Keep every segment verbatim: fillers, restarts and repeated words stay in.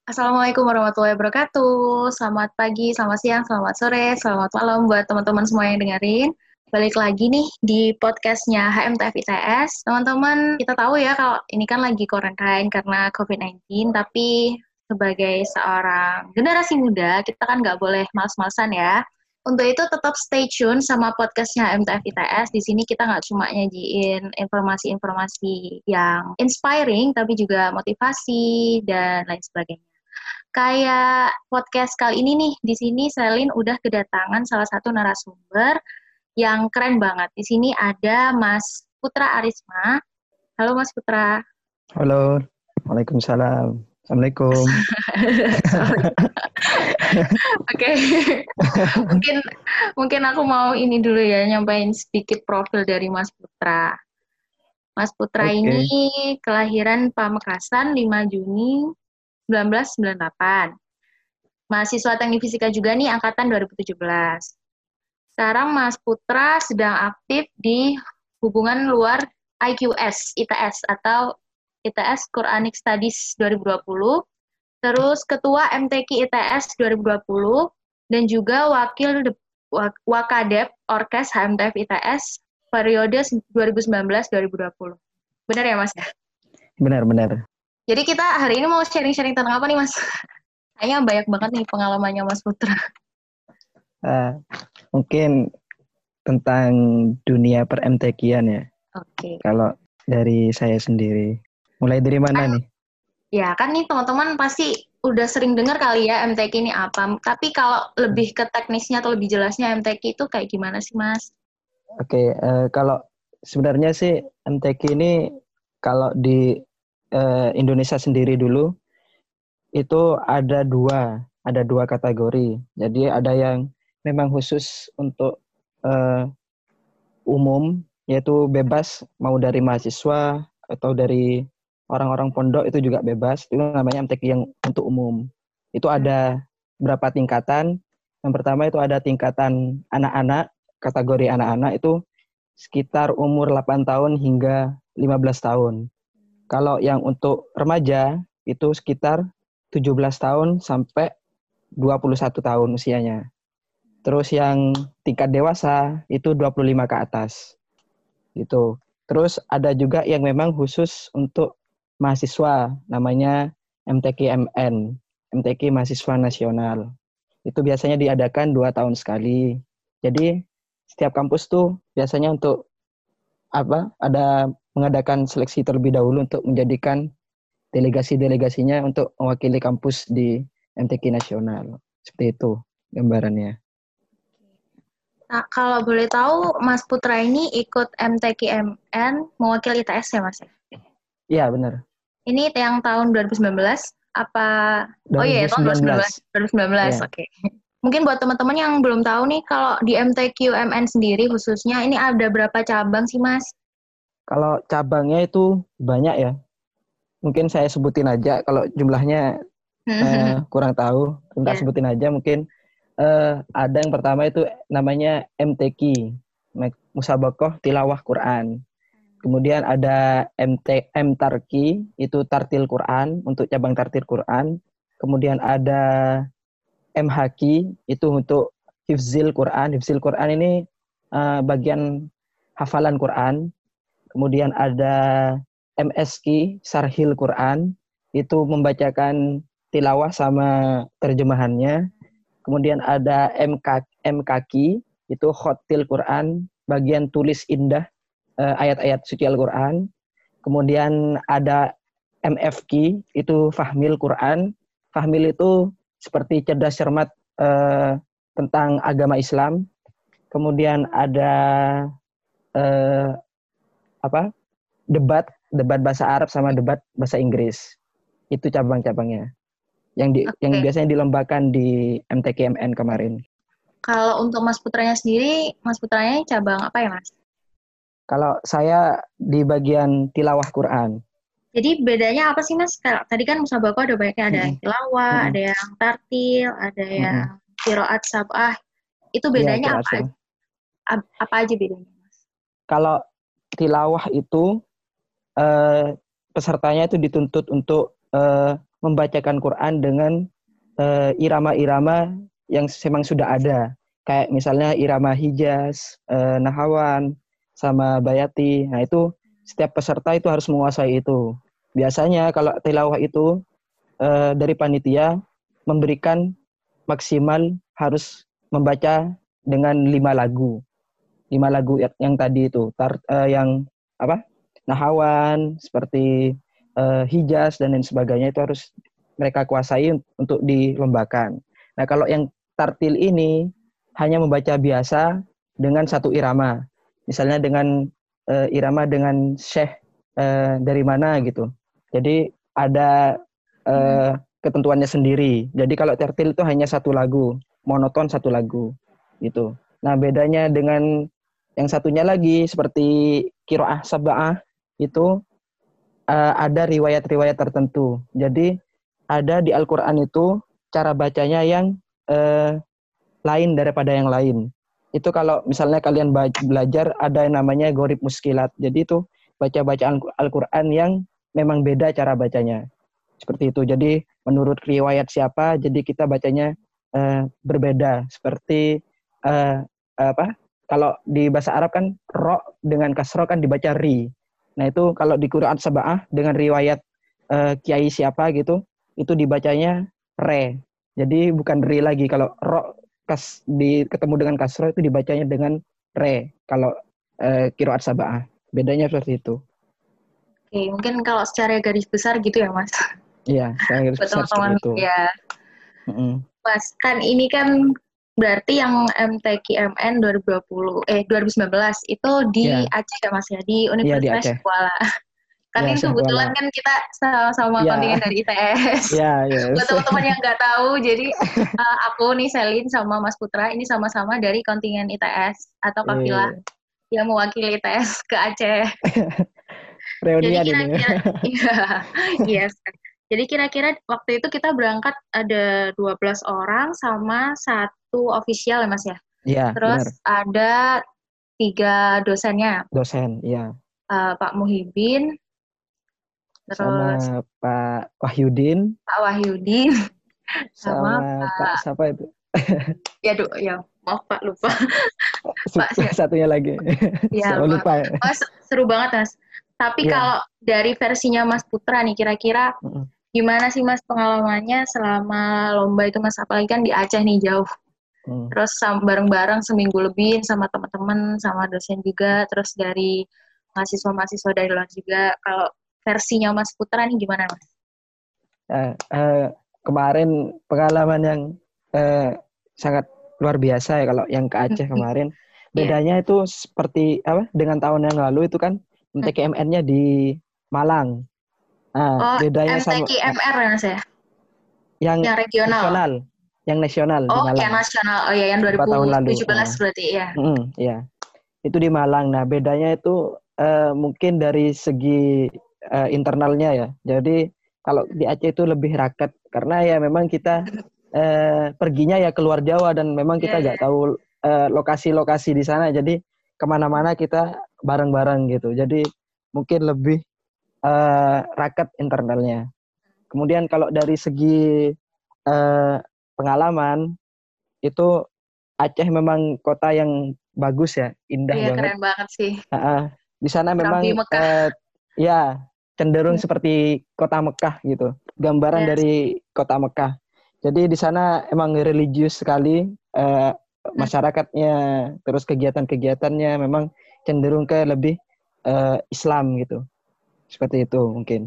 Assalamualaikum warahmatullahi wabarakatuh. Selamat pagi, selamat siang, selamat sore, selamat malam buat teman-teman semua yang dengerin. Balik lagi nih di podcastnya H M T F I T S. Teman-teman, kita tahu ya kalau ini kan lagi quarantine karena covid sembilan belas, tapi sebagai seorang generasi muda, kita kan nggak boleh males-malesan ya. Untuk itu tetap stay tune sama podcastnya H M T F I T S. Di sini kita nggak cuma nyajiin informasi-informasi yang inspiring, tapi juga motivasi dan lain sebagainya. Kayak podcast kali ini nih, di sini Selin udah kedatangan salah satu narasumber yang keren banget. Di sini ada Mas Putra Arisma. Halo Mas Putra. Halo, Waalaikumsalam. Assalamualaikum. Oke, mungkin mungkin aku mau ini dulu ya, nyampain sedikit profil dari Mas Putra. Mas Putra Oke, ini kelahiran Pamekasan lima Juni seribu sembilan ratus sembilan puluh delapan. Mahasiswa Teknik Fisika juga nih, angkatan dua ribu tujuh belas. Sekarang Mas Putra sedang aktif di hubungan luar I Q S, I T S, atau I T S Quranic Studies dua ribu dua puluh, terus Ketua M T Q I T S dua ribu dua puluh, dan juga Wakil De- Wakadep Orkes H M T F I T S periode dua ribu sembilan belas dua ribu dua puluh. Benar ya Mas ya? benar-benar. Jadi kita hari ini mau sharing-sharing tentang apa nih Mas? Kayaknya banyak banget nih pengalamannya Mas Putra. Uh, mungkin tentang dunia per M T Q-an ya. Oke. Kalau dari saya sendiri, mulai dari mana Kan nih? ya kan nih teman-teman pasti udah sering dengar kali ya M T Q ini apa. Tapi kalau lebih ke teknisnya atau lebih jelasnya M T Q itu kayak gimana sih Mas? Oke, uh, kalau sebenarnya sih M T Q ini kalau di uh, Indonesia sendiri dulu itu ada dua, ada dua kategori. Jadi ada yang memang khusus untuk uh, umum, yaitu bebas mau dari mahasiswa atau dari orang-orang pondok itu juga bebas. Itu namanya M T Q yang untuk umum. Itu ada berapa tingkatan. Yang pertama itu ada tingkatan anak-anak, kategori anak-anak itu sekitar umur delapan tahun hingga lima belas tahun. Kalau yang untuk remaja itu sekitar tujuh belas tahun sampai dua puluh satu tahun usianya. Terus yang tingkat dewasa itu dua puluh lima ke atas. Gitu. Terus ada juga yang memang khusus untuk mahasiswa, namanya M T Q M N, M T Q Mahasiswa Nasional. Itu biasanya diadakan dua tahun sekali. Jadi setiap kampus tuh biasanya untuk apa? Ada mengadakan seleksi terlebih dahulu untuk menjadikan delegasi-delegasinya untuk mewakili kampus di M T Q Nasional. Seperti itu gambarannya. Nah, kalau boleh tahu Mas Putra ini ikut M T Q M N mewakili I T S ya Mas? Iya, benar. Ini yang tahun dua ribu sembilan belas apa? Oh iya, ya, tahun dua ribu sembilan belas. dua ribu sembilan belas. dua ribu sembilan belas, Iya. oke. Okay. Mungkin buat teman-teman yang belum tahu nih, kalau di M T Q M N sendiri khususnya, ini ada berapa cabang sih Mas? Kalau cabangnya itu banyak ya. Mungkin saya sebutin aja kalau jumlahnya eh, kurang tahu, tak Ya. sebutin aja mungkin. Eh, ada yang pertama itu namanya M T Q, Musabakoh Tilawah Quran. Kemudian ada M T M Tarki, itu Tartil Quran untuk cabang Tartil Quran. Kemudian ada M Haki, itu untuk Hifzil Quran. Hifzil Quran ini uh, bagian hafalan Quran. Kemudian ada M S Q, Sarhil Quran, itu membacakan tilawah sama terjemahannya. Kemudian ada M K, M K Q, itu Khotil Quran, bagian tulis indah uh, ayat-ayat suci Al-Quran. Kemudian ada M F Q, itu Fahmil Quran. Fahmil itu seperti cerdas cermat uh, tentang agama Islam. Kemudian ada uh, apa? debat, debat bahasa Arab sama debat bahasa Inggris. Itu cabang-cabangnya. Yang di, Oke. yang biasanya dilombakan di M T Q M N kemarin. Kalau untuk Mas Putranya sendiri, Mas Putranya cabang apa ya Mas? Kalau saya di bagian tilawah Quran. Jadi bedanya apa sih Mas? Kayak tadi kan musabaqah ada banyaknya, ada yang Mm-mm. tilawah, Mm-mm. ada yang tartil, ada yang Mm-mm. qiraat sab'ah. Itu Iya, bedanya kiraat apa sama. aja? Apa aja bedanya Mas? Kalau tilawah itu eh, pesertanya itu dituntut untuk eh, membacakan Quran dengan uh, irama-irama yang memang sudah ada. Kayak misalnya irama Hijaz, uh, Nahawan, sama Bayati. Nah itu setiap peserta itu harus menguasai itu. Biasanya kalau tilawah itu uh, dari panitia memberikan maksimal harus membaca dengan lima lagu. Lima lagu yang tadi itu. Tar, uh, yang apa? Nahawan, seperti uh, Hijaz dan lain sebagainya itu harus mereka kuasai untuk dilombakan. Nah kalau yang tartil ini hanya membaca biasa dengan satu irama. Misalnya dengan uh, irama dengan syekh uh, dari mana gitu. Jadi ada uh, ketentuannya sendiri. Jadi kalau tartil itu hanya satu lagu, monoton satu lagu gitu. Nah bedanya dengan yang satunya lagi seperti qiraah sab'ah itu uh, ada riwayat-riwayat tertentu. Jadi ada di Al-Quran itu cara bacanya yang uh, lain daripada yang lain. Itu kalau misalnya kalian belajar ada yang namanya gorib muskilat. Jadi itu baca bacaan Al-Quran yang memang beda cara bacanya. Seperti itu. Jadi menurut riwayat siapa, jadi kita bacanya uh, berbeda. Seperti uh, apa? Kalau di bahasa Arab kan ro dengan kasro kan dibaca ri. Nah itu kalau di Quran Sab'ah dengan riwayat uh, kiai siapa gitu, itu dibacanya re. Jadi bukan ri lagi. Kalau ro kas di ketemu dengan kasro itu dibacanya dengan re. Kalau uh, Qiraat Sab'ah. Bedanya seperti itu. Oke, mungkin kalau secara garis besar gitu ya, Mas. Iya, secara garis besar seperti itu. Ya. Mm-mm. Mas, kan ini kan berarti yang M T Q M N dua ribu dua puluh eh dua ribu sembilan belas itu di yeah. Aceh ya Mas ya, di Universitas yeah, Kuala. Kan yeah, ini kebetulan kan kita sama-sama yeah. kontingen dari I T S. Yeah, yes. Buat teman-teman yang nggak tahu, jadi uh, aku nih Selin sama Mas Putra ini sama-sama dari kontingen I T S atau kafilah yeah. yang mewakili I T S ke Aceh. Reunian jadi kira-kira, ini. Iya, yes. Jadi kira-kira waktu itu kita berangkat ada dua belas orang sama satu official ya Mas ya? Iya, Terus benar. ada tiga dosennya. Dosen, iya. Uh, Pak Muhibin, terus sama Pak Wahyudin. Pak Wahyudin. Sama, sama Pak, Pak siapa itu? Ya, du, ya maaf Pak, lupa. Pak satunya lagi. Ya, so, lupa. Oh, seru banget Mas. Tapi yeah. kalau dari versinya Mas Putra nih, kira-kira mm-hmm. gimana sih Mas pengalamannya selama lomba itu Mas? Apalagi kan di Aceh nih jauh. Hmm. Terus bareng-bareng seminggu lebih sama teman-teman, sama dosen juga. Terus dari mahasiswa-mahasiswa dari luar juga. Kalau versinya Mas Putra nih gimana Mas? Uh, uh, kemarin pengalaman yang uh, sangat luar biasa ya kalau yang ke Aceh kemarin. Bedanya yeah. itu seperti apa dengan tahun yang lalu itu kan M T Q M N-nya di Malang. Nah, oh, bedanya M T Q M R ya Mas ya? Yang, yang regional. Nasional. Yang nasional oh, di Malang. yang nasional. Oh ya, yang dua ribu tujuh belas nah. berarti ya. Mm, ya. Itu di Malang. Nah, bedanya itu uh, mungkin dari segi uh, internalnya ya. Jadi kalau di Aceh itu lebih raket karena ya memang kita uh, perginya ya keluar Jawa dan memang kita nggak yeah, yeah. tahu uh, lokasi-lokasi di sana. Jadi kemana-mana kita bareng-bareng gitu. Jadi mungkin lebih uh, raket internalnya. Kemudian kalau dari segi uh, pengalaman itu Aceh memang kota yang bagus ya, indah iya, banget. Keren banget sih. Uh, di sana memang uh, ya cenderung hmm. seperti kota Mekah gitu. Gambaran yes. dari kota Mekah. Jadi di sana emang religius sekali. Uh, masyarakatnya, terus kegiatan-kegiatannya memang cenderung ke lebih uh, Islam gitu, seperti itu mungkin.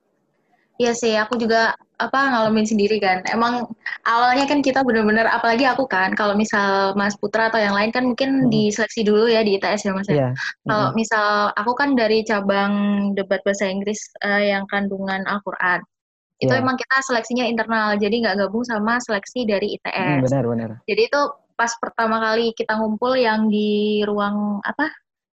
Iya sih, aku juga apa ngalamin sendiri kan. Emang awalnya kan kita benar-benar, apalagi aku kan, kalau misal Mas Putra atau yang lain kan mungkin mm-hmm. diseleksi dulu ya di I T S ya Mas ya. Yeah. Mm-hmm. Kalau misal aku kan dari cabang debat bahasa Inggris uh, yang kandungan Al-Quran. Itu yeah. emang kita seleksinya internal, jadi nggak gabung sama seleksi dari I T S. Mm, benar, benar. Jadi itu pas pertama kali kita ngumpul yang di ruang apa?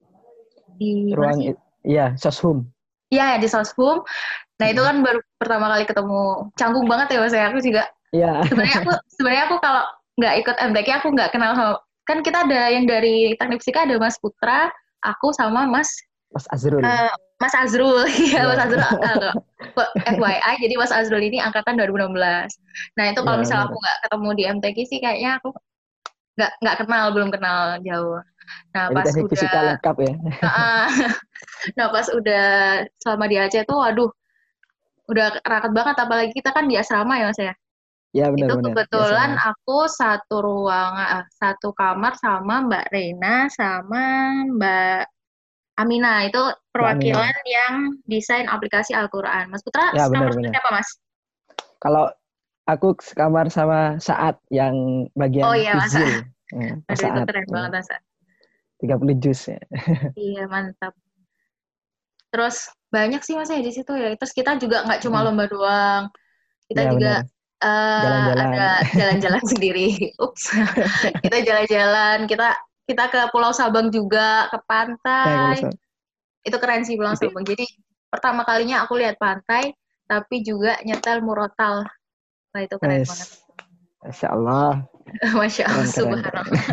Di ruang iya, Soshum. Iya, di Soshum. Nah, itu kan baru pertama kali ketemu. Canggung banget ya Mas ya. Aku juga. Iya. Sebenarnya aku sebenarnya aku kalau nggak ikut M T Q aku nggak kenal sama, kan kita ada yang dari Teknik Fisika ada Mas Putra, aku sama Mas Mas Azrul. Uh, Mas Azrul, iya Mas Ya, Azrul. Uh, F Y I, jadi Mas Azrul ini angkatan dua ribu enam belas. Nah itu kalau ya misalnya benar. aku nggak ketemu di M T Q sih kayaknya aku nggak nggak kenal, belum kenal jauh. Nah Jadi pas teknik fisika udah, lengkap ya. uh, nah pas udah selama di Aceh tuh, waduh, udah raket banget. Apalagi kita kan di asrama ya Mas ya. Ya Itu benar-benar di kebetulan asrama. aku satu ruangan, ah, satu kamar sama Mbak Reina sama Mbak Amina. Itu Mbak Amina. perwakilan yang desain aplikasi Al-Quran. Mas Putra, Ya kamar sama benar-benar. siapa Mas? Kalau aku sekamar sama Saat yang Oh bagian iya Mas. Izil. Ya, Mas Aduh itu Saat. keren Ya. banget Mas. tiga puluh juz ya. Iya mantap. Terus banyak sih Mas ya di situ ya. Terus kita juga nggak cuma Mm. lomba doang. Kita Ya juga benar. eh, ada Jalan-jalan. jalan-jalan sendiri. Ups. Kita jalan-jalan. Kita kita ke Pulau Sabang juga, ke Ya kalau pantai. so- Itu keren sih Pulau itu Sabang. Jadi pertama kalinya aku lihat pantai, tapi juga nyetel murotal. Nah itu keren banget. Wes, Masya Allah, Masya Allah, keren keren keren. subhanallah.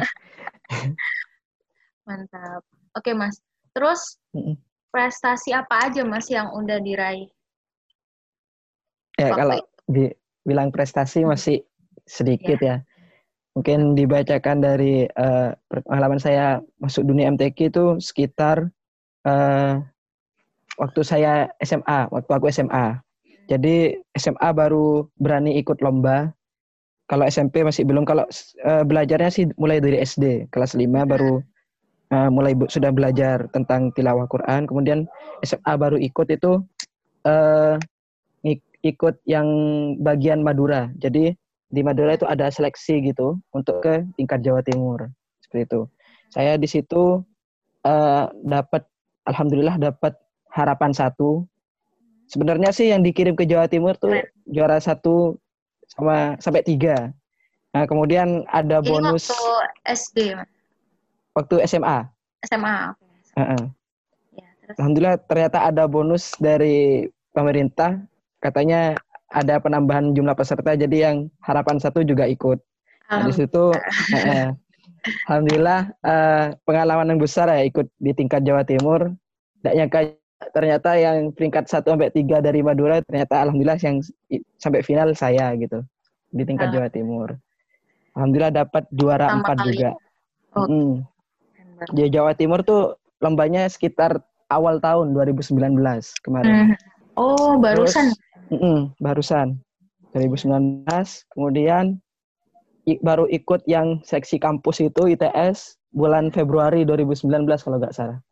Mantap. Oke Mas. Terus Mm-mm. prestasi apa aja Mas yang udah diraih Ya waktu kalau itu? dibilang prestasi masih Ya. sedikit ya. Mungkin dibacakan dari eh, pengalaman saya masuk dunia M T Q itu sekitar eh, waktu saya S M A, waktu aku S M A. Jadi S M A baru berani ikut lomba. Kalau S M P masih belum. Kalau eh, belajarnya sih mulai dari S D, kelas lima baru eh, mulai bu- sudah belajar tentang tilawah Quran. Kemudian S M A baru ikut itu eh, ngik- ikut yang bagian Madura. Jadi di Madura itu ada seleksi gitu untuk ke tingkat Jawa Timur. Seperti itu. Saya di situ eh, dapat, alhamdulillah dapat harapan satu. Sebenarnya sih yang dikirim ke Jawa Timur tuh Keren. juara satu sama sampai tiga. Nah kemudian ada Ini waktu bonus S D Mas. waktu S M A. S M A. Oke. Heeh. Ya, terus Alhamdulillah ternyata ada bonus dari pemerintah. Katanya ada penambahan jumlah peserta, jadi yang harapan satu juga ikut. Nah di situ, alhamdulillah. eh, eh, alhamdulillah eh, pengalaman yang besar ya ikut di tingkat Jawa Timur. Tidak nyangka ternyata yang peringkat satu sampai tiga dari Madura ternyata alhamdulillah yang i- sampai final saya gitu di tingkat Jawa Alhamdulillah. Timur. Alhamdulillah dapat juara Pertama empat kali. juga. Oke, Mm-mm. keren banget. Di Jawa Timur tuh lombanya sekitar awal tahun dua ribu sembilan belas kemarin. Hmm. Oh, barusan. Terus mm-mm, barusan dua ribu sembilan belas, kemudian i- baru ikut yang seksi kampus itu I T S bulan Februari dua ribu sembilan belas kalau nggak salah.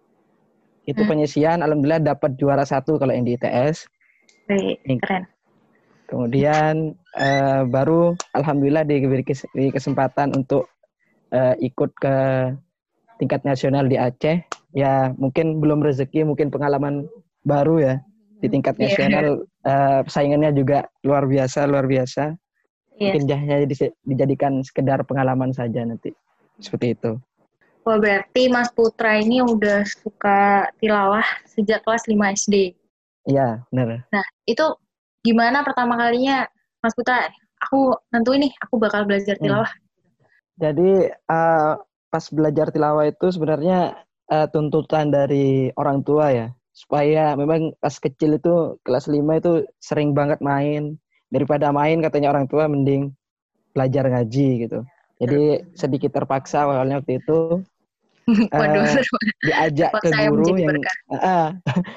Itu Hmm. penyisian, alhamdulillah dapat juara satu kalau yang di I T S. Wih, keren. Kemudian eh, baru alhamdulillah diberi kes- diberi kesempatan untuk eh, ikut ke tingkat nasional di Aceh. Ya mungkin belum rezeki, mungkin pengalaman baru ya di tingkat Iya, nasional. Eh, persaingannya juga luar biasa, luar biasa. iya. Mungkin hanya dijadikan sekedar pengalaman saja nanti. Seperti itu. Wah, berarti Mas Putra ini udah suka tilawah sejak kelas lima S D. Iya, benar. Nah, itu gimana pertama kalinya Mas Putra, aku nentuin nih, aku bakal belajar Hmm. tilawah. Jadi uh, pas belajar tilawah itu sebenarnya uh, tuntutan dari orang tua ya. Supaya memang pas kecil itu kelas lima itu sering banget main. Daripada main katanya orang tua mending belajar ngaji gitu. Jadi sedikit terpaksa awalnya waktu itu Waduh, uh, diajak ke terpaksa yang guru menjadi yang berkah. uh,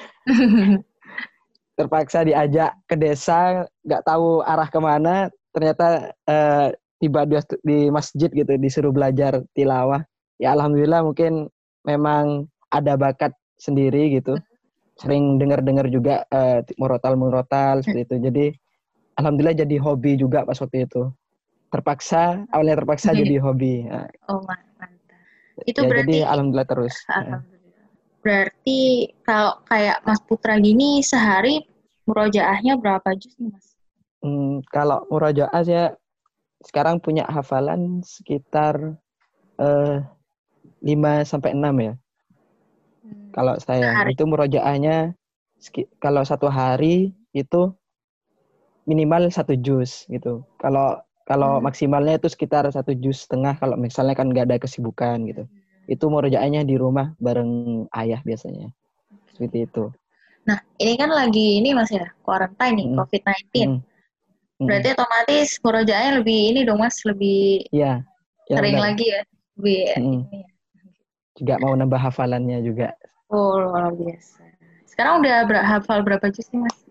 terpaksa diajak ke desa, nggak tahu arah kemana, ternyata uh, tiba di, di masjid gitu, disuruh belajar tilawah. Ya alhamdulillah mungkin memang ada bakat sendiri gitu. Sering dengar-dengar juga uh, murotal-murotal seperti itu. Jadi alhamdulillah jadi hobi juga pas waktu itu. Terpaksa, awalnya terpaksa jadi hobi. Nah, Oh, mantap. Itu ya berarti, jadi alhamdulillah terus. alhamdulillah. Berarti kalau kayak Mas Putra gini sehari murojaahnya berapa juz nih Mas? Hmm, kalau murojaah saya sekarang punya hafalan sekitar uh, lima sampai enam ya. Hmm, Kalau saya sehari. itu murojaahnya kalau satu hari itu minimal satu juz gitu. Kalau kalau Hmm. maksimalnya itu sekitar satu juz setengah kalau misalnya kan nggak ada kesibukan gitu. Itu murojaahnya di rumah bareng ayah biasanya. seperti itu. Nah, ini kan lagi ini Mas ya, quarantine nih, Mm, covid sembilan belas. mm, mm. Berarti otomatis murojaahnya lebih ini dong Mas, lebih Iya, ya sering benar. lagi ya. Lebih Mm. ini ya. Juga mau nambah hafalannya juga. Oh, luar biasa. Sekarang udah ber- hafal berapa juz nih Mas?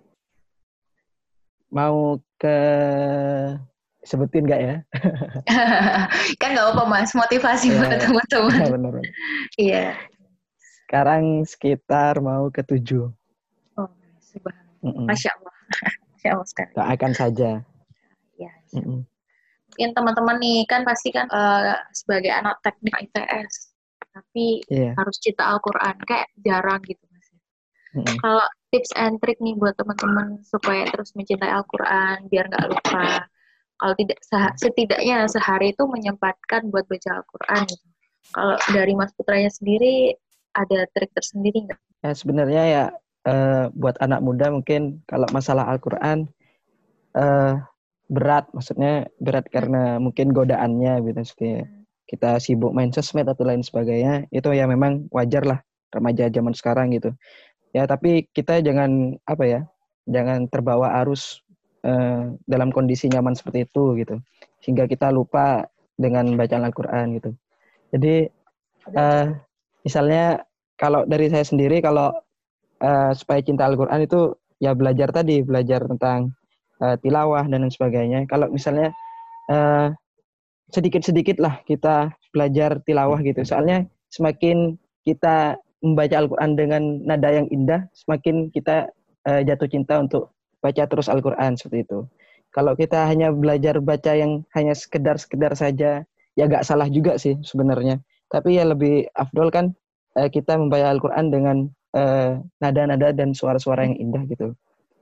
Mau ke sebutin nggak ya? Kan nggak apa Mas, motivasi Ya, buat ya, teman-teman. ya benar. Iya. Sekarang sekitar mau ke tujuh. Oh, subhanallah. Mm-mm. Masya Allah. Masya Allah sekali. Doakan saja. Ya, Mm-mm. mungkin teman-teman nih kan pasti kan uh, sebagai anak teknik I P S, tapi Iya. harus cinta Al-Quran kayak jarang gitu Mas. Mm-mm. Kalau tips and trick nih buat teman-teman supaya terus mencintai Al-Quran biar nggak lupa. Kalau tidak setidaknya sehari itu menyempatkan buat baca Al-Quran. Gitu. Kalau dari Mas Putranya sendiri ada trik tersendiri nggak? Ya, sebenarnya ya eh, buat anak muda mungkin kalau masalah Al-Quran eh, berat, maksudnya berat karena mungkin godaannya gitu. Seperti kita sibuk main sosmed atau lain sebagainya, itu ya memang wajar lah remaja zaman sekarang gitu. Ya tapi kita jangan apa ya, jangan terbawa arus eh, dalam kondisi nyaman seperti itu gitu, sehingga kita lupa dengan bacaan Al-Quran gitu. Jadi eh, misalnya kalau dari saya sendiri, kalau eh, supaya cinta Al-Quran itu ya belajar tadi, belajar tentang eh, tilawah dan lain sebagainya. Kalau misalnya eh, sedikit-sedikit lah kita belajar tilawah gitu, soalnya semakin kita membaca Al-Quran dengan nada yang indah, semakin kita uh, jatuh cinta untuk baca terus Al-Quran seperti itu. Kalau kita hanya belajar baca yang hanya sekedar-sekedar saja, ya gak salah juga sih sebenarnya. Tapi ya lebih afdol kan uh, kita membaca Al-Quran dengan uh, nada-nada dan suara-suara yang indah gitu.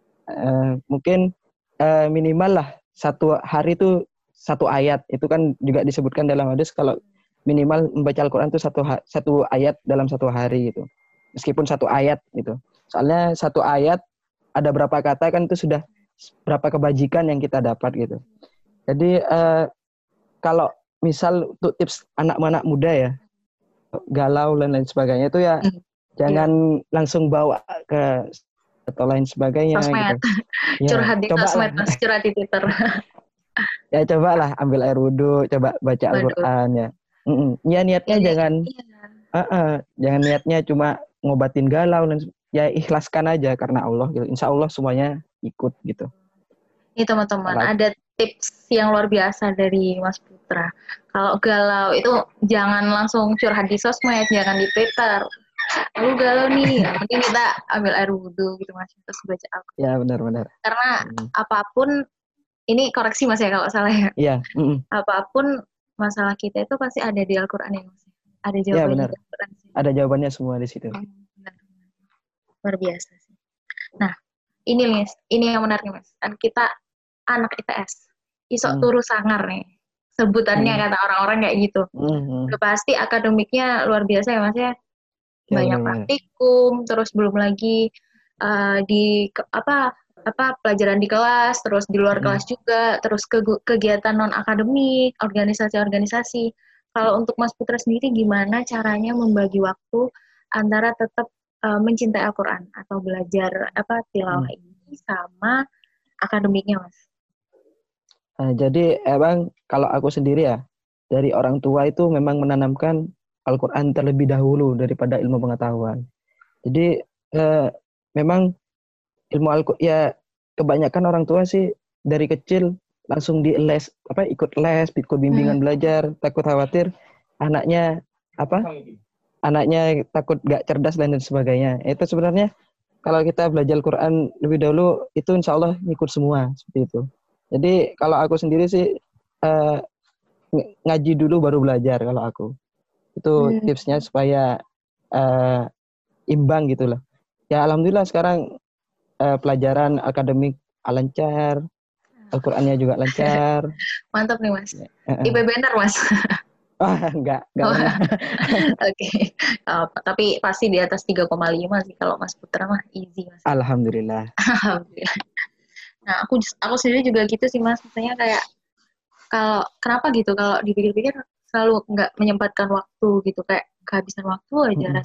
Uh, mungkin uh, minimal lah satu hari itu satu ayat. Itu kan juga disebutkan dalam hadis kalau minimal membaca Al-Quran itu satu satu ayat dalam satu hari gitu. Meskipun satu ayat gitu. Soalnya satu ayat ada berapa kata kan itu sudah berapa kebajikan yang kita dapat gitu. Jadi eh, kalau misal untuk tips anak-anak muda ya, galau dan lain sebagainya itu ya Hmm. jangan yeah. langsung bawa ke atau lain sebagainya Sosmed. gitu. Ya, Curhat di sosmed Mas, curhat di Twitter. Ya cobalah ambil air wudhu, coba baca Al-Quran ya. Mm-mm. Ya niatnya Jadi, jangan, iya. uh-uh, jangan niatnya cuma ngobatin galau dan ya ikhlaskan aja karena Allah gitu. Insya Allah semuanya ikut gitu. Ini teman-teman, Kalau, ada tips yang luar biasa dari Mas Putra. Kalau galau itu jangan langsung curhat di sosmed, jangan di Twitter. Lalu galau nih, ya, mending kita ambil air wudhu gitu Mas, terus baca Al-Quran. ya benar-benar. Karena mm. apapun, ini koreksi Mas ya kalau salah ya. Iya. Mm-mm. Apapun masalah kita itu pasti ada di Al-Quran ya Mas. Ada jawabannya. Ya benar. Di Al-Quran sih. Ada jawabannya semua di situ. Benar. Luar biasa sih. Nah, ini Mas, ini yang menarik Mas. Dan kita anak I P S, isok Hmm. turu sangar nih, sebutannya Hmm. kata orang-orang kayak gitu. Hmm. Udah pasti akademiknya luar biasa ya Mas ya, Ya, banyak benar-benar. praktikum, terus belum lagi uh, di ke, apa apa pelajaran di kelas, terus di luar Hmm. kelas juga, terus ke, kegiatan non akademik, organisasi-organisasi. Kalau untuk Mas Putra sendiri gimana caranya membagi waktu antara tetap uh, mencintai Al-Quran atau belajar apa tilawah Hmm. ini sama akademiknya Mas? Nah, jadi emang kalau aku sendiri ya, dari orang tua itu memang menanamkan Al-Quran terlebih dahulu daripada ilmu pengetahuan. Jadi eh, memang ilmu Al-Quran ya kebanyakan orang tua sih dari kecil langsung di les apa ikut les, ikut bimbingan Hmm. belajar, takut khawatir anaknya apa anaknya takut gak cerdas dan lain sebagainya. Itu sebenarnya kalau kita belajar Al-Quran lebih dahulu itu insya Allah ngikut semua seperti itu. Jadi kalau aku sendiri sih eh, ngaji dulu baru belajar kalau aku. Itu Hmm. tipsnya supaya eh, imbang gitu loh. Ya alhamdulillah sekarang eh, pelajaran akademik lancar, Al-Qur'annya juga lancar. Mantap nih Mas. Uh-uh. I P bener Mas. Wah, enggak, enggak Oh, pernah. Oke. Okay. Uh, tapi pasti di atas tiga koma lima sih kalau Mas Putra mah easy Mas. Alhamdulillah. Alhamdulillah. Nah, aku aku sendiri juga gitu sih Mas. Misalnya kayak kalau kenapa gitu kalau dipikir-pikir selalu nggak menyempatkan waktu gitu kayak kehabisan waktu aja Mm-mm. rasanya.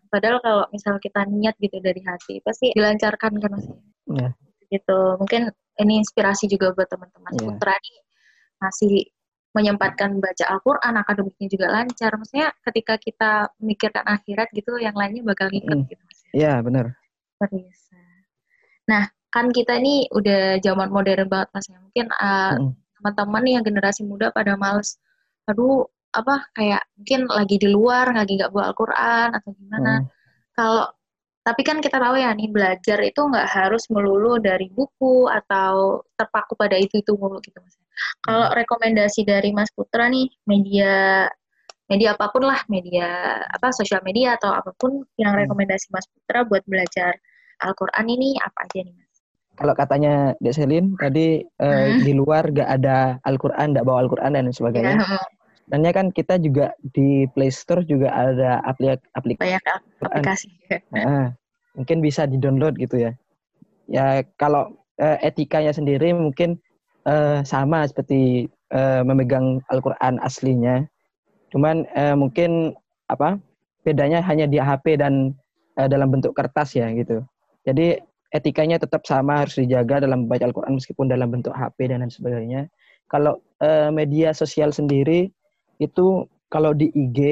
Padahal kalau misal kita niat gitu dari hati, pasti dilancarkan kan Mas. Ya. Gitu. Mungkin ini inspirasi juga buat teman-teman Iya. putra nih masih menyempatkan baca Al-Quran, akademiknya juga lancar. Maksudnya ketika kita memikirkan akhirat gitu, yang lainnya bakal ngikut Mm. gitu Mas. Iya, benar. Biasa. Nah, kan kita ini udah zaman modern banget Mas. Mungkin uh, Mm. teman-teman nih yang generasi muda pada males, aduh apa kayak mungkin lagi di luar, lagi nggak bawa Al-Quran atau gimana. Mm. Kalau tapi kan kita tahu ya nih belajar itu nggak harus melulu dari buku atau terpaku pada itu itu mulu gitu Mas. Kalau Mm. rekomendasi dari Mas Putra nih media media apapun lah, media apa sosial media atau apapun yang Mm. rekomendasi Mas Putra buat belajar Al-Quran ini apa aja nih Mas? Kalau katanya Dek Selin tadi eh, Hmm, di luar gak ada Al-Quran, gak bawa Al-Quran dan ya sebagainya. Sebenarnya kan kita juga di Play Store juga ada aplik aplikasi banyak Quran. aplikasi. Nah, mungkin bisa di-download gitu ya. Ya kalau eh, etikanya sendiri mungkin eh, sama seperti eh, memegang Al-Quran aslinya. Cuman eh, mungkin apa bedanya hanya di H P dan eh, dalam bentuk kertas ya gitu. Jadi etikanya tetap sama harus dijaga dalam membaca Al-Quran meskipun dalam bentuk H P dan lain sebagainya. Kalau eh, media sosial sendiri itu kalau di I G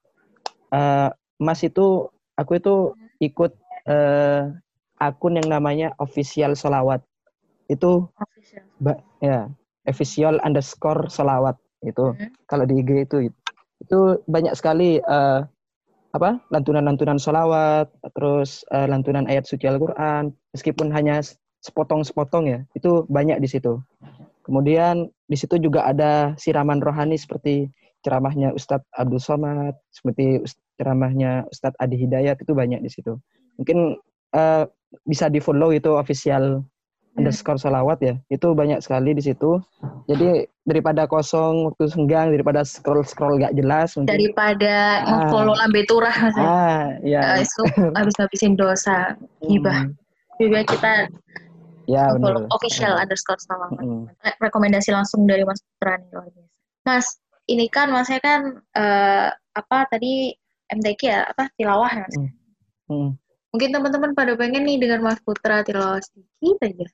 eh, Mas itu aku itu ikut eh, akun yang namanya official solawat itu Official. ba- ya official underscore solawat itu Hmm. kalau di I G itu itu banyak sekali eh, apa lantunan-lantunan solawat terus eh, lantunan ayat suci Al-Quran meskipun hanya sepotong-sepotong ya itu banyak di situ. Kemudian di situ juga ada siraman rohani seperti ceramahnya Ustadz Abdul Somad, seperti ceramahnya Ustadz Adi Hidayat itu banyak di situ. Mungkin uh, bisa di follow itu official underscore salawat ya. Itu banyak sekali di situ. Jadi daripada kosong waktu senggang, daripada scroll scroll gak jelas mungkin. Daripada Ah, nge-follow lambe turah Mas. ah, ya. Uh, itu habis ngabisin dosa gibah. Hmm, Juga kita ya follow benar. official underscore salawat. Hmm, Rekomendasi langsung dari Mas Putra nih luar biasa. Mas, ini kan Masnya kan uh, apa tadi M T Q ya apa tilawah ya Mas? hmm, hmm. Mungkin teman-teman pada pengen nih dengan Mas Putra tilawah sedikit aja.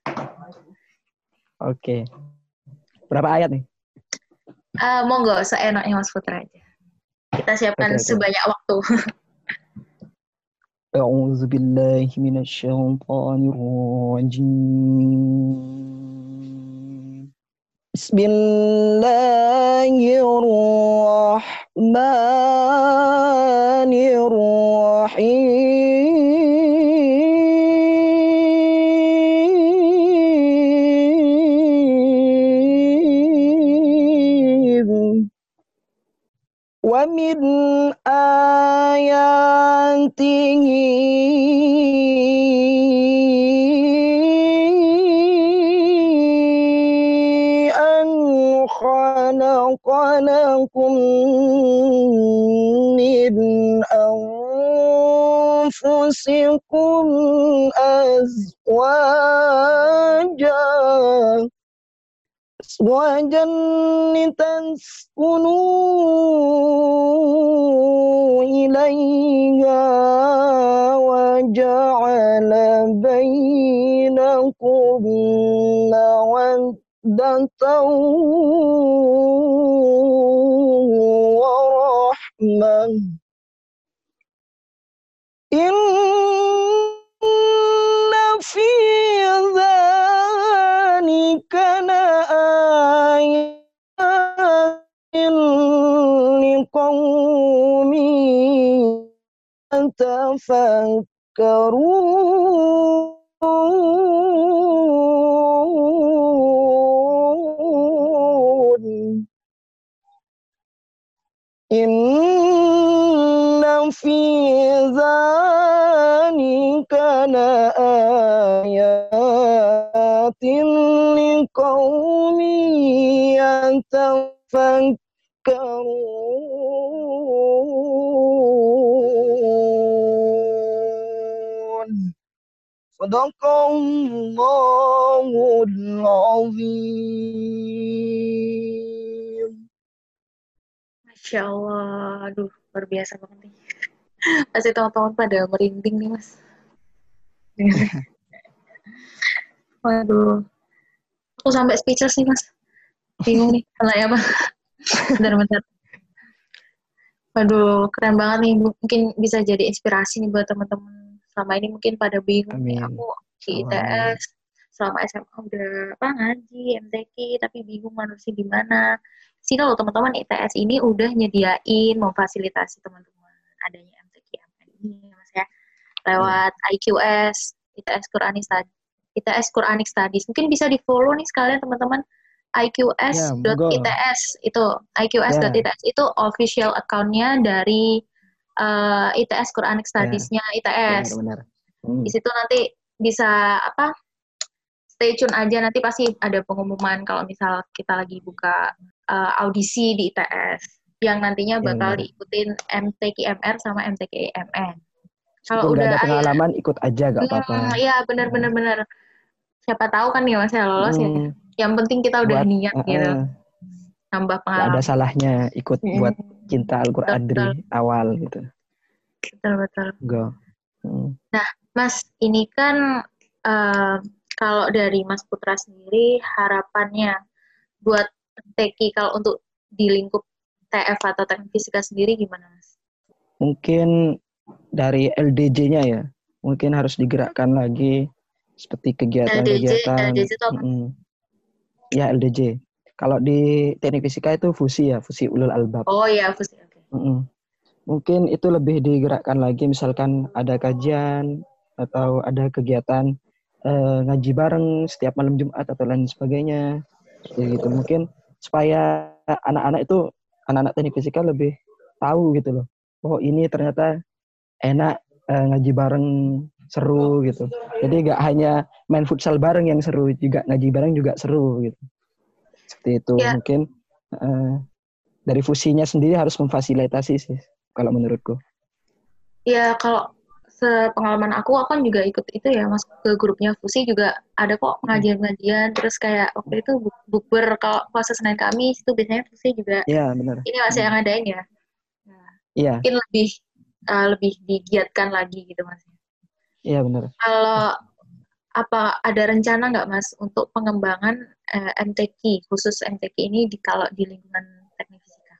Oke. Berapa ayat nih? Uh, monggo seenaknya Mas Putra aja. Kita siapkan Oke, oke. sebanyak waktu. أعوذ بالله من الشيطان الرجيم بسم الله الرحمن الرحيم ومن آياته أن خلق لكم من أنفسكم أزواجا أزواجا لتسكنوا إليها وجعل بينكم مودة ورحمة إن في ذلك لآيات لقوم يتفكرون إن في ذلك لآيات لقوم يتفكرون صدق الله العظيم. Masya Allah, aduh luar biasa banget nih. Pasti teman-teman pada merinding nih mas. Waduh, aku sampai speechless nih mas. Bingung nih, nanya apa? Bentar-bentar. Waduh, keren banget nih. Mungkin bisa jadi inspirasi nih buat teman-teman. Selama ini mungkin pada bingung nih. Amin. Aku di Amin. I T S selama S M A udah apa ngaji, M T Q, tapi bingung manusia di mana. Sini loh teman-teman, I T S ini udah nyediain memfasilitasi teman-teman adanya M T Q M N ini mas ya. Lewat Iya. I Q S, I T S Quranic Studies. I T S Quranic Studies. Mungkin bisa di-follow nih sekalian teman-teman. Ya, monggo. iqs.its itu iqs.its Ya, itu official account-nya dari uh, I T S Quranic ya, Studies-nya I T S. benar-benar. Di Hmm. situ nanti bisa apa? Stay tune aja, nanti pasti ada pengumuman kalau misal kita lagi buka uh, audisi di I T S yang nantinya Ya, bakal benar. diikutin M T Q M R sama M T Q M N. Kalau Meskipun nggak udah ada ayah, pengalaman, ikut aja nggak hmm, apa-apa. ya Ya. benar-benar benar. Siapa tahu kan nih mas ya lolos ya. Hmm. Yang penting kita udah Buat niat uh, gitu, uh, nambah nggak ada pengalaman. salahnya ikut buat Mm-mm. cinta Betul, Al-Quran betul, dari awal gitu. betul, betul. Go. Hmm. Nah, Mas, ini kan uh, kalau dari Mas Putra sendiri harapannya buat T Q kalau untuk di lingkup T F atau teknik fisika sendiri gimana, Mas? Mungkin dari L D J-nya ya, mungkin harus digerakkan lagi seperti L D J, kegiatan-kegiatan. L D J itu apa? Mm-mm. Ya, L D J. Kalau di teknik fisika itu fusi ya, fusi ulul albab. Oh ya, fusi. Oke. Okay. Mm-mm. Mungkin itu lebih digerakkan lagi, misalkan ada kajian atau ada kegiatan eh, ngaji bareng setiap malam Jumat atau lain sebagainya. Seperti gitu. Mungkin supaya anak-anak itu, anak-anak teknik fisika lebih tahu gitu loh. Oh ini ternyata enak eh, ngaji bareng, seru gitu. Jadi nggak hanya main futsal bareng yang seru, juga ngaji bareng juga seru gitu. Seperti itu. Ya, Mungkin eh, dari fusinya sendiri harus memfasilitasi sih kalau menurutku. ya kalau sepengalaman aku, aku kan juga ikut itu ya, masuk ke grupnya fusi juga ada kok pengajian-pengajian, terus kayak waktu itu buk- bukber kalau puasa Senin Kamis itu biasanya fusi juga Iya benar. ini masih yang ngadain ya. Nah, Iya, mungkin lebih uh, lebih digiatkan lagi gitu mas. iya benar. Kalau apa ada rencana nggak mas untuk pengembangan uh, M T Q khusus M T Q ini di kalau di lingkungan teknik fisika?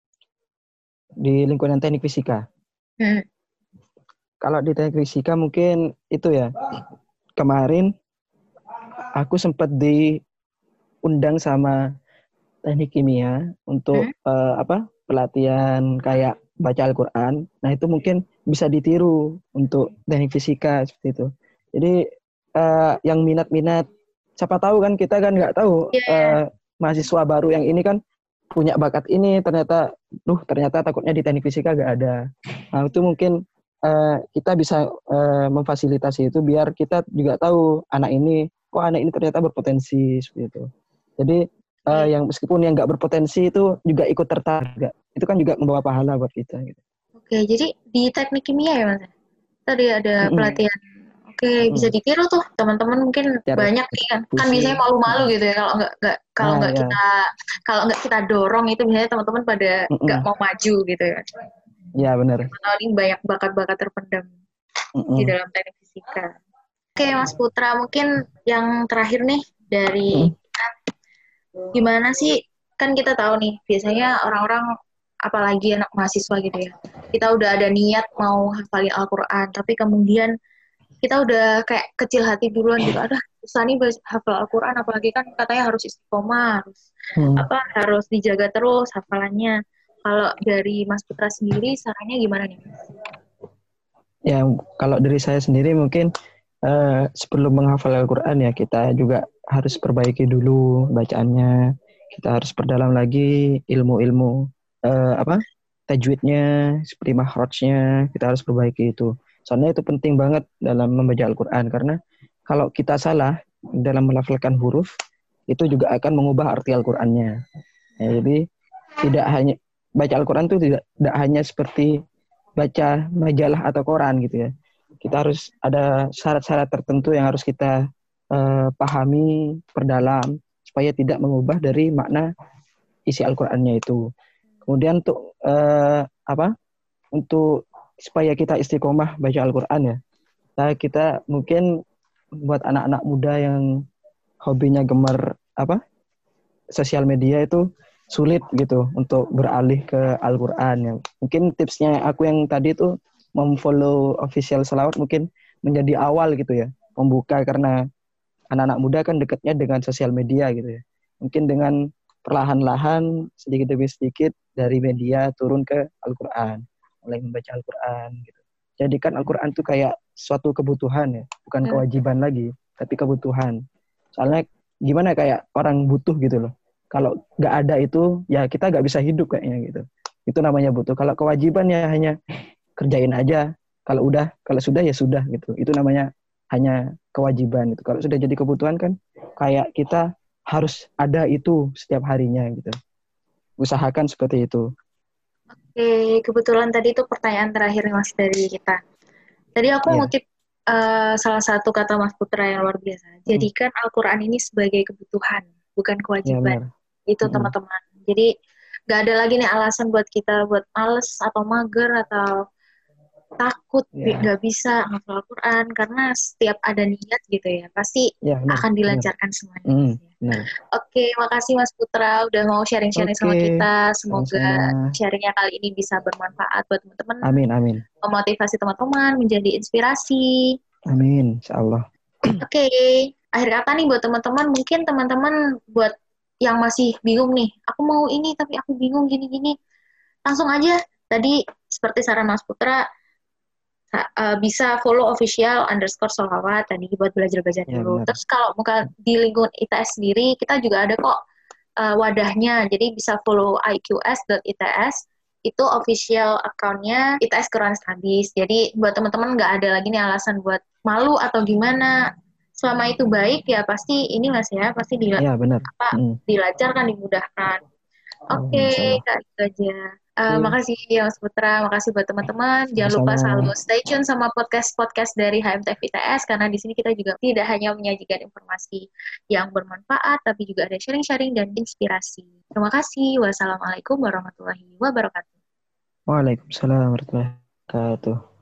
Di lingkungan teknik fisika. Hmm. Kalau di teknik fisika mungkin itu ya. Kemarin aku sempat diundang sama teknik kimia untuk Hmm. uh, apa? Pelatihan kayak baca Al-Qur'an. Nah, itu mungkin bisa ditiru untuk teknik fisika seperti itu. Jadi uh, yang minat-minat, siapa tahu kan, kita kan nggak tahu Yeah, yeah. uh, mahasiswa baru yang ini kan punya bakat ini, ternyata duh ternyata takutnya di teknik fisika nggak ada. Nah, itu mungkin uh, kita bisa uh, memfasilitasi itu biar kita juga tahu anak ini, kok anak ini ternyata berpotensi seperti itu. Jadi uh, Okay. yang meskipun yang nggak berpotensi itu juga ikut tertarik, itu kan juga membawa pahala buat kita. Gitu. Oke, okay, jadi di teknik kimia ya mas? Tadi ada Mm-mm. pelatihan. Oke, okay, bisa Mm-mm. ditiru tuh teman-teman mungkin Biar banyak nih kan. Kan fusi. biasanya malu-malu Mm-mm. gitu ya kalau nggak nggak kalau Nah nggak ya. kita kalau nggak kita dorong itu biasanya teman-teman pada nggak Mm-mm. mau maju gitu ya. Ya benar. Atau ini banyak bakat-bakat terpendam di Mm-mm. dalam teknik fisika. Oke, okay, Mas Putra, mungkin yang terakhir nih dari Mm-mm. gimana sih, kan kita tahu nih biasanya orang-orang apalagi anak mahasiswa gitu ya, kita udah ada niat mau hafalin Al-Quran tapi kemudian kita udah kayak kecil hati duluan gitu, aduh susah nih hafal Al-Quran, apalagi kan katanya harus istiqomah, harus Hmm. apa harus dijaga terus hafalannya. Kalau dari Mas Putra sendiri sarannya gimana nih Mas? Ya kalau dari saya sendiri mungkin uh, sebelum menghafal Al-Quran ya kita juga harus perbaiki dulu bacaannya. Kita harus perdalam lagi ilmu-ilmu uh, apa tajwidnya, seperti makhrajnya, kita harus perbaiki itu. Soalnya itu penting banget dalam membaca Al-Quran, karena kalau kita salah dalam melafalkan huruf, itu juga akan mengubah arti Al-Qurannya. Ya, jadi tidak hanya baca Al-Quran itu tidak, tidak hanya seperti baca majalah atau koran gitu ya. Kita harus ada syarat-syarat tertentu yang harus kita uh, pahami, perdalam, supaya tidak mengubah dari makna isi Al-Qurannya itu. Kemudian untuk uh, apa? Untuk supaya kita istiqomah baca Al-Quran ya. Nah, kita mungkin buat anak-anak muda yang hobinya gemar apa sosial media itu sulit gitu untuk beralih ke Al-Quran ya. Mungkin tipsnya aku yang tadi itu memfollow official Selawat mungkin menjadi awal gitu ya, membuka, karena anak-anak muda kan dekatnya dengan sosial media gitu ya. Mungkin dengan perlahan-lahan sedikit demi sedikit dari media turun ke Al-Quran, mulai membaca Al-Quran gitu. Jadikan Al-Quran itu kayak suatu kebutuhan ya, bukan Hmm. kewajiban lagi, tapi kebutuhan. Soalnya gimana, kayak orang butuh gitu loh. Kalau nggak ada itu, ya kita nggak bisa hidup kayaknya gitu. Itu namanya butuh. Kalau kewajiban ya hanya kerjain aja. Kalau udah, kalau sudah ya sudah gitu. Itu namanya hanya kewajiban gitu. Kalau sudah jadi kebutuhan kan kayak kita harus ada itu setiap harinya gitu. Usahakan seperti itu. Oke, kebetulan tadi itu pertanyaan terakhir nih Mas dari kita. Tadi aku Iya. ngutip uh, salah satu kata Mas Putra yang luar biasa. Mm-mm. Jadikan Al-Quran ini sebagai kebutuhan, bukan Iya kewajiban. benar. Itu Mm-mm. teman-teman. Jadi gak ada lagi nih alasan buat kita buat males atau mager atau takut Iya. nggak bisa hafal Al-Quran, karena setiap ada niat gitu ya pasti Iya benar. akan Benar. dilancarkan semuanya. Mm, benar. Oke, makasih Mas Putra udah mau sharing-sharing sama Oke, kita. Semoga sama-sama. sharingnya kali ini bisa bermanfaat buat teman-teman, Amin, amin. memotivasi teman-teman, menjadi inspirasi. Amin, insyaallah. Oke, akhir kata nih buat teman-teman, mungkin teman-teman buat yang masih bingung nih, aku mau ini tapi aku bingung gini-gini, langsung aja tadi seperti saran Mas Putra, uh, bisa follow official underscore Solawat tadi buat belajar-belajar Ya dulu. benar. Terus kalau muka di lingkungan I T S sendiri, kita juga ada kok uh, wadahnya, jadi bisa follow i q s dot i t s, itu official account-nya I T S Quran Studies. Jadi buat teman-teman nggak ada lagi nih alasan buat malu atau gimana. Selama itu baik ya pasti ini Mas ya, pasti dila- Ya benar. apa, Mm. dilancarkan, dimudahkan. Oh, Oke, insyaallah. Kak, itu aja. Uh, Oke, makasih ya Mas Putra, makasih buat teman-teman. Jangan lupa selalu sama-sama. stay tune sama podcast-podcast dari H M T F I T S, karena di sini kita juga tidak hanya menyajikan informasi yang bermanfaat, tapi juga ada sharing-sharing dan inspirasi. Terima kasih. Wassalamualaikum warahmatullahi wabarakatuh. Waalaikumsalam warahmatullahi wabarakatuh.